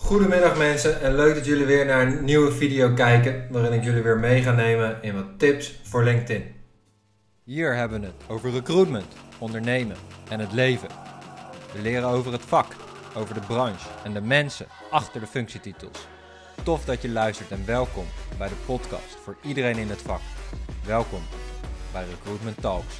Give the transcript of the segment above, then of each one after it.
Goedemiddag mensen en leuk dat jullie weer naar een nieuwe video kijken waarin ik jullie weer mee ga nemen in wat tips voor LinkedIn. Hier hebben we het over recruitment, ondernemen en het leven. We leren over het vak, over de branche en de mensen achter de functietitels. Tof dat je luistert en welkom bij de podcast voor iedereen in het vak. Welkom bij Recruitment Talks.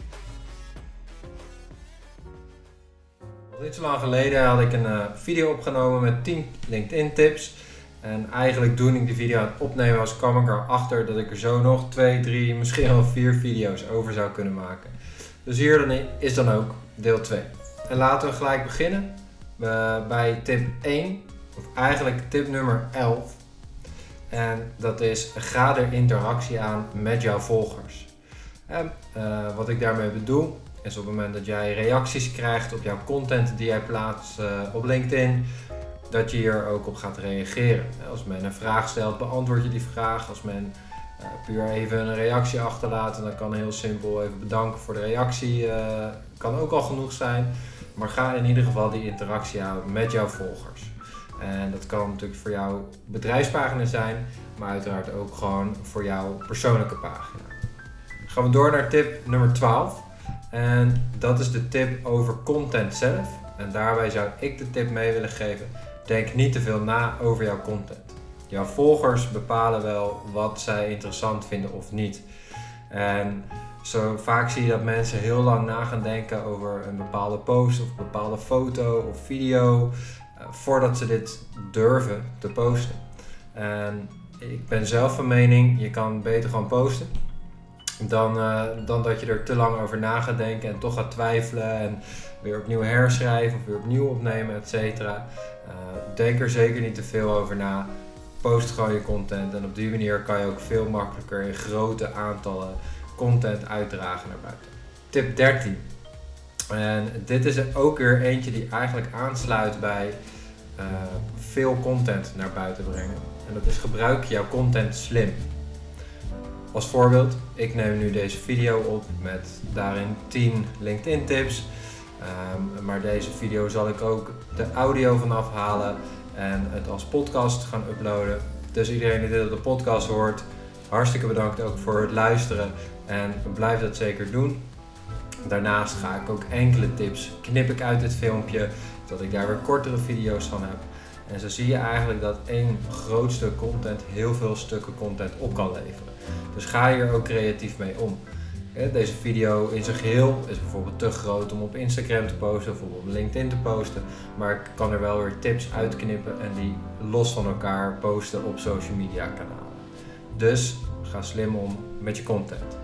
Niet zo lang geleden had ik een video opgenomen met 10 LinkedIn tips. En eigenlijk toen ik die video aan het opnemen was, kwam ik erachter dat ik er zo nog 2, 3, misschien wel 4 video's over zou kunnen maken. Dus hier is dan ook deel 2. En laten we gelijk beginnen bij tip 1, of eigenlijk tip nummer 11. En dat is, ga er interactie aan met jouw volgers. En wat ik daarmee bedoel, is op het moment dat jij reacties krijgt op jouw content die jij plaatst op LinkedIn, dat je hier ook op gaat reageren. Als men een vraag stelt, beantwoord je die vraag. Als men puur even een reactie achterlaat, dan kan heel simpel even bedanken voor de reactie. Kan ook al genoeg zijn. Maar ga in ieder geval die interactie houden met jouw volgers. En dat kan natuurlijk voor jouw bedrijfspagina zijn, maar uiteraard ook gewoon voor jouw persoonlijke pagina. Dan gaan we door naar tip nummer 12. En dat is de tip over content zelf. En daarbij zou ik de tip mee willen geven: denk niet te veel na over jouw content. Jouw volgers bepalen wel wat zij interessant vinden of niet. En zo vaak zie je dat mensen heel lang na gaan denken over een bepaalde post of een bepaalde foto of video voordat ze dit durven te posten. En ik ben zelf van mening, je kan beter gewoon posten dan dat je er te lang over na gaat denken en toch gaat twijfelen en weer opnieuw herschrijven of weer opnieuw opnemen, etc. Denk er zeker niet te veel over na. Post gewoon je content en op die manier kan je ook veel makkelijker in grote aantallen content uitdragen naar buiten. Tip 13. En dit is er ook weer eentje die eigenlijk aansluit bij veel content naar buiten brengen. En dat is: gebruik jouw content slim. Als voorbeeld, ik neem nu deze video op met daarin 10 LinkedIn tips. Maar deze video zal ik ook de audio van afhalen en het als podcast gaan uploaden. Dus iedereen die dit op de podcast hoort, hartstikke bedankt ook voor het luisteren en blijf dat zeker doen. Daarnaast ga ik ook enkele tips knip ik uit dit filmpje, zodat ik daar weer kortere video's van heb. En zo zie je eigenlijk dat één groot stuk content heel veel stukken content op kan leveren. Dus ga hier ook creatief mee om. Deze video in zijn geheel is bijvoorbeeld te groot om op Instagram te posten of op LinkedIn te posten. Maar ik kan er wel weer tips uitknippen en die los van elkaar posten op social media kanalen. Dus ga slim om met je content.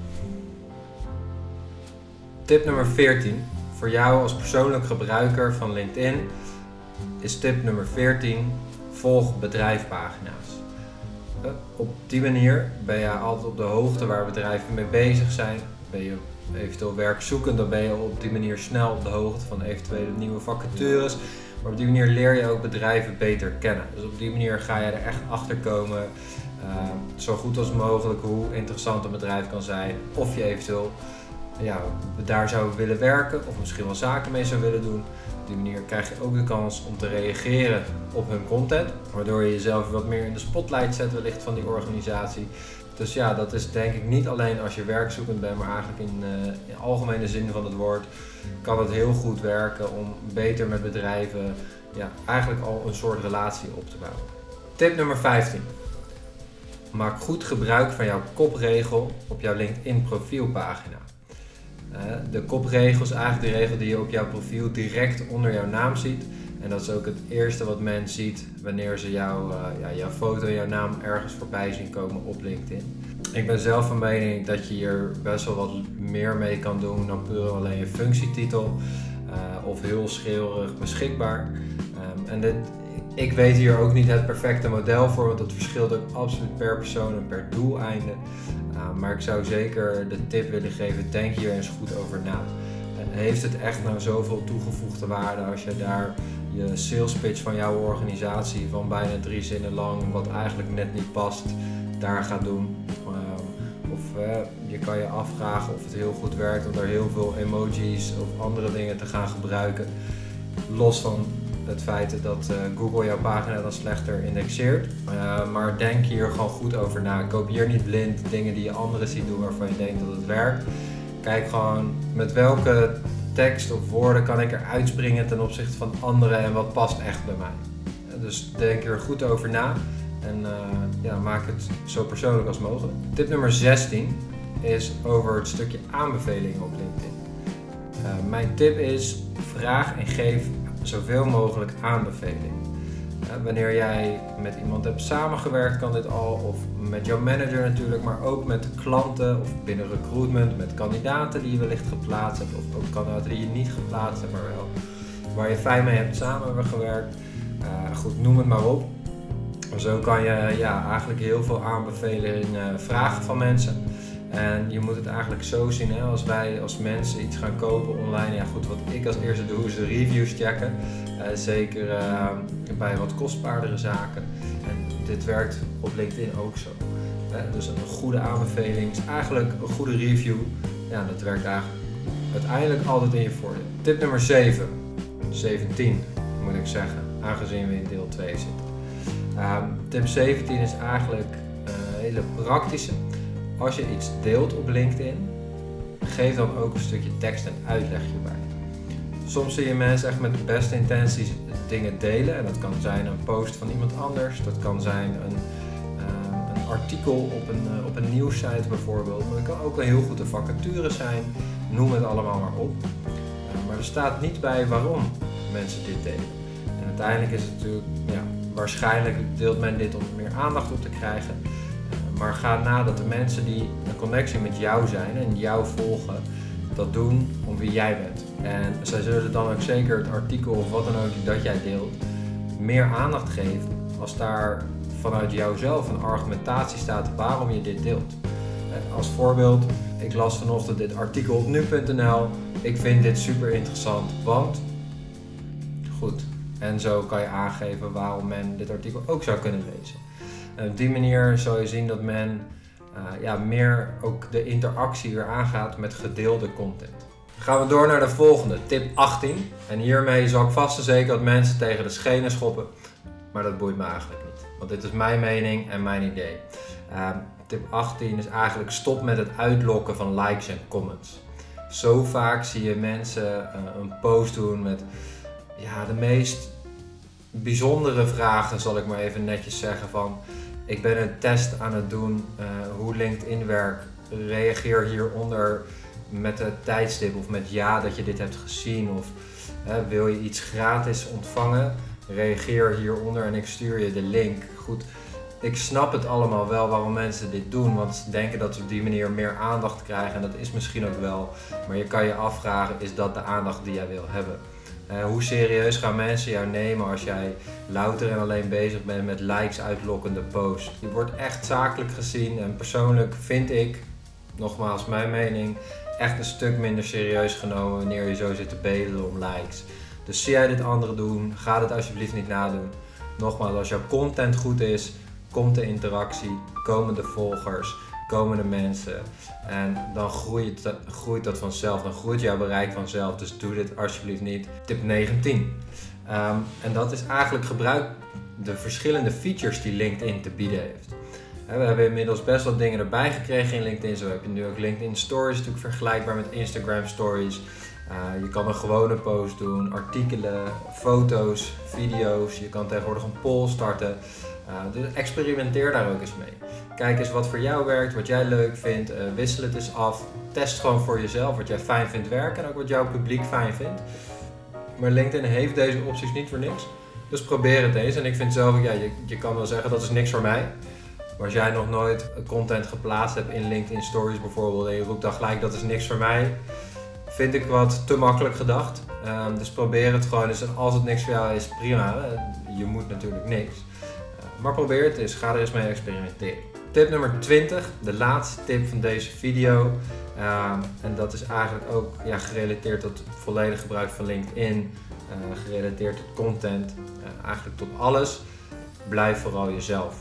Tip nummer 14. Voor jou als persoonlijk gebruiker van LinkedIn is tip nummer 14. Volg bedrijfspagina's. Op die manier ben je altijd op de hoogte waar bedrijven mee bezig zijn. Ben je eventueel werkzoekend, dan ben je op die manier snel op de hoogte van eventuele nieuwe vacatures. Maar op die manier leer je ook bedrijven beter kennen. Dus op die manier ga je er echt achter komen, zo goed als mogelijk, hoe interessant een bedrijf kan zijn. Of je eventueel daar zou willen werken of misschien wel zaken mee zou willen doen. Op die manier krijg je ook de kans om te reageren op hun content, waardoor je jezelf wat meer in de spotlight zet wellicht van die organisatie. Dus ja, dat is denk ik niet alleen als je werkzoekend bent, maar eigenlijk in algemene zin van het woord kan het heel goed werken om beter met bedrijven eigenlijk al een soort relatie op te bouwen. Tip nummer 15. Maak goed gebruik van jouw kopregel op jouw LinkedIn profielpagina. De kopregel is eigenlijk de regel die je op jouw profiel direct onder jouw naam ziet. En dat is ook het eerste wat men ziet wanneer ze jouw foto en jouw naam ergens voorbij zien komen op LinkedIn. Ik ben zelf van mening dat je hier best wel wat meer mee kan doen dan puur alleen je functietitel of heel schreeuwerig beschikbaar. Ik weet hier ook niet het perfecte model voor, want dat verschilt ook absoluut per persoon en per doeleinde. Maar ik zou zeker de tip willen geven: denk hier eens goed over na. Heeft het echt nou zoveel toegevoegde waarde als je daar je sales pitch van jouw organisatie van bijna 3 zinnen lang, wat eigenlijk net niet past, daar gaat doen? Je kan je afvragen of het heel goed werkt om daar heel veel emojis of andere dingen te gaan gebruiken. Los van het feit dat Google jouw pagina dan slechter indexeert. Maar denk hier gewoon goed over na. Kopieer niet blind dingen die je anderen ziet doen waarvan je denkt dat het werkt. Kijk gewoon met welke tekst of woorden kan ik er uitspringen ten opzichte van anderen en wat past echt bij mij. Dus denk er goed over na en maak het zo persoonlijk als mogelijk. Tip nummer 16 is over het stukje aanbevelingen op LinkedIn. Mijn tip is: vraag en geef zoveel mogelijk aanbevelingen. Wanneer jij met iemand hebt samengewerkt kan dit al, of met jouw manager natuurlijk, maar ook met klanten of binnen recruitment, met kandidaten die je wellicht geplaatst hebt, of ook kandidaten die je niet geplaatst hebt, maar wel waar je fijn mee hebt samengewerkt. Goed, noem het maar op. Zo kan je eigenlijk heel veel aanbevelingen vragen van mensen. En je moet het eigenlijk zo zien, hè? Als wij als mensen iets gaan kopen online, wat ik als eerste doe is de reviews checken. Zeker bij wat kostbaardere zaken. En dit werkt op LinkedIn ook zo. Dus een goede aanbeveling is eigenlijk een goede review. Ja, dat werkt eigenlijk uiteindelijk altijd in je voordeel. Tip nummer 17 moet ik zeggen, aangezien we in deel 2 zitten. Tip 17 is eigenlijk een hele praktische. Als je iets deelt op LinkedIn, geef dan ook een stukje tekst en uitleg hierbij. Soms zie je mensen echt met de beste intenties dingen delen. En dat kan zijn een post van iemand anders. Dat kan zijn een artikel op een nieuwssite bijvoorbeeld. Maar het kan ook wel heel goed een vacature zijn. Noem het allemaal maar op. Maar er staat niet bij waarom mensen dit delen. En uiteindelijk is het natuurlijk, waarschijnlijk deelt men dit om meer aandacht op te krijgen. Maar ga na dat de mensen die een connectie met jou zijn en jou volgen, dat doen om wie jij bent. En zij zullen dan ook zeker het artikel of wat dan ook dat jij deelt meer aandacht geven als daar vanuit jouzelf een argumentatie staat waarom je dit deelt. Als voorbeeld, ik las vanochtend dit artikel op nu.nl. Ik vind dit super interessant, want goed. En zo kan je aangeven waarom men dit artikel ook zou kunnen lezen. En op die manier zal je zien dat men meer ook de interactie weer aangaat met gedeelde content. Dan gaan we door naar de volgende, tip 18. En hiermee zal ik vast en zeker dat mensen tegen de schenen schoppen. Maar dat boeit me eigenlijk niet. Want dit is mijn mening en mijn idee. Tip 18 is eigenlijk stop met het uitlokken van likes en comments. Zo vaak zie je mensen een post doen met de meest bijzondere vragen, zal ik maar even netjes zeggen, van ik ben een test aan het doen hoe LinkedIn werkt. Reageer hieronder met het tijdstip of met dat je dit hebt gezien, of wil je iets gratis ontvangen? Reageer hieronder en ik stuur je de link. Goed, ik snap het allemaal wel waarom mensen dit doen, want ze denken dat ze op die manier meer aandacht krijgen en dat is misschien ook wel, maar je kan je afvragen, is dat de aandacht die jij wil hebben? Hoe serieus gaan mensen jou nemen als jij louter en alleen bezig bent met likes uitlokkende posts? Je wordt echt zakelijk gezien en persoonlijk vind ik, nogmaals mijn mening, echt een stuk minder serieus genomen wanneer je zo zit te bedelen om likes. Dus zie jij dit anderen doen, ga dit alsjeblieft niet nadoen. Nogmaals, als jouw content goed is, komt de interactie, komen de volgers, komen de mensen en dan groeit dat vanzelf, dan groeit jouw bereik vanzelf, dus doe dit alsjeblieft niet. Tip 19. En dat is eigenlijk gebruik de verschillende features die LinkedIn te bieden heeft. We hebben inmiddels best wel dingen erbij gekregen in LinkedIn, zo heb je nu ook LinkedIn Stories, natuurlijk vergelijkbaar met Instagram Stories. Je kan een gewone post doen, artikelen, foto's, video's, je kan tegenwoordig een poll starten. Dus experimenteer daar ook eens mee. Kijk eens wat voor jou werkt, wat jij leuk vindt, wissel het eens af. Test gewoon voor jezelf wat jij fijn vindt werken en ook wat jouw publiek fijn vindt. Maar LinkedIn heeft deze opties niet voor niks. Dus probeer het eens. En ik vind zelf, je kan wel zeggen dat is niks voor mij. Maar als jij nog nooit content geplaatst hebt in LinkedIn Stories bijvoorbeeld en je roept dan gelijk dat is niks voor mij, vind ik wat te makkelijk gedacht. Dus probeer het gewoon eens en als het niks voor jou is, prima. Je moet natuurlijk niks. Maar probeer het eens, ga er eens mee experimenteren. Tip nummer 20, de laatste tip van deze video. En dat is eigenlijk ook gerelateerd tot het volledige gebruik van LinkedIn. Gerelateerd tot content, eigenlijk tot alles. Blijf vooral jezelf.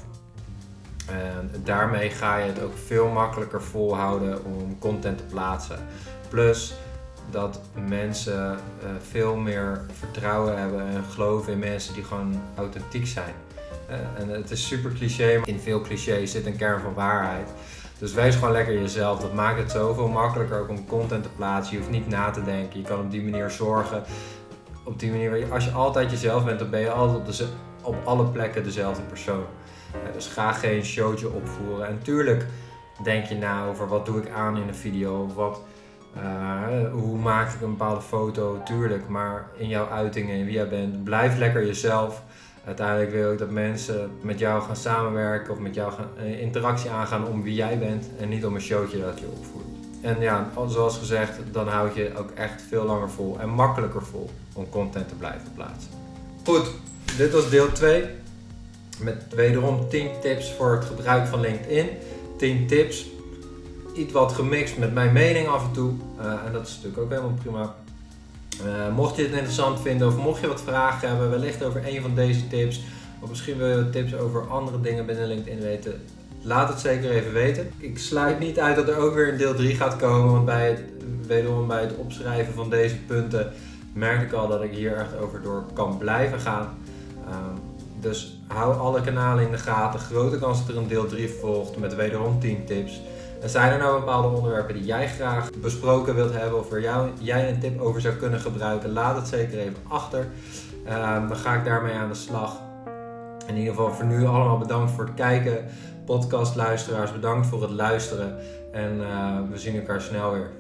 En daarmee ga je het ook veel makkelijker volhouden om content te plaatsen. Plus, dat mensen veel meer vertrouwen hebben en geloven in mensen die gewoon authentiek zijn. En het is super cliché, maar in veel clichés zit een kern van waarheid. Dus wees gewoon lekker jezelf. Dat maakt het zoveel makkelijker ook om content te plaatsen. Je hoeft niet na te denken. Je kan op die manier zorgen. Op die manier, als je altijd jezelf bent, dan ben je altijd op alle plekken dezelfde persoon. Dus ga geen showtje opvoeren. En tuurlijk denk je na over wat doe ik aan in een video. Hoe maak ik een bepaalde foto. Tuurlijk, maar in jouw uitingen en wie jij bent, blijf lekker jezelf. Uiteindelijk wil ik dat mensen met jou gaan samenwerken of met jou interactie aangaan om wie jij bent en niet om een showtje dat je opvoert. En ja, zoals gezegd, dan houd je ook echt veel langer vol en makkelijker vol om content te blijven plaatsen. Goed, dit was deel 2 met wederom 10 tips voor het gebruik van LinkedIn. 10 tips, iets wat gemixt met mijn mening af en toe en dat is natuurlijk ook helemaal prima. Mocht je het interessant vinden of mocht je wat vragen hebben, wellicht over een van deze tips, of misschien wil je tips over andere dingen binnen LinkedIn weten, laat het zeker even weten. Ik sluit niet uit dat er ook weer een deel 3 gaat komen, want wederom bij het opschrijven van deze punten merk ik al dat ik hier echt over door kan blijven gaan. Dus hou alle kanalen in de gaten. Grote kans dat er een deel 3 volgt met wederom 10 tips. En zijn er nou bepaalde onderwerpen die jij graag besproken wilt hebben of waar jij een tip over zou kunnen gebruiken, laat het zeker even achter. Dan ga ik daarmee aan de slag. In ieder geval voor nu allemaal bedankt voor het kijken. Podcastluisteraars, bedankt voor het luisteren. En we zien elkaar snel weer.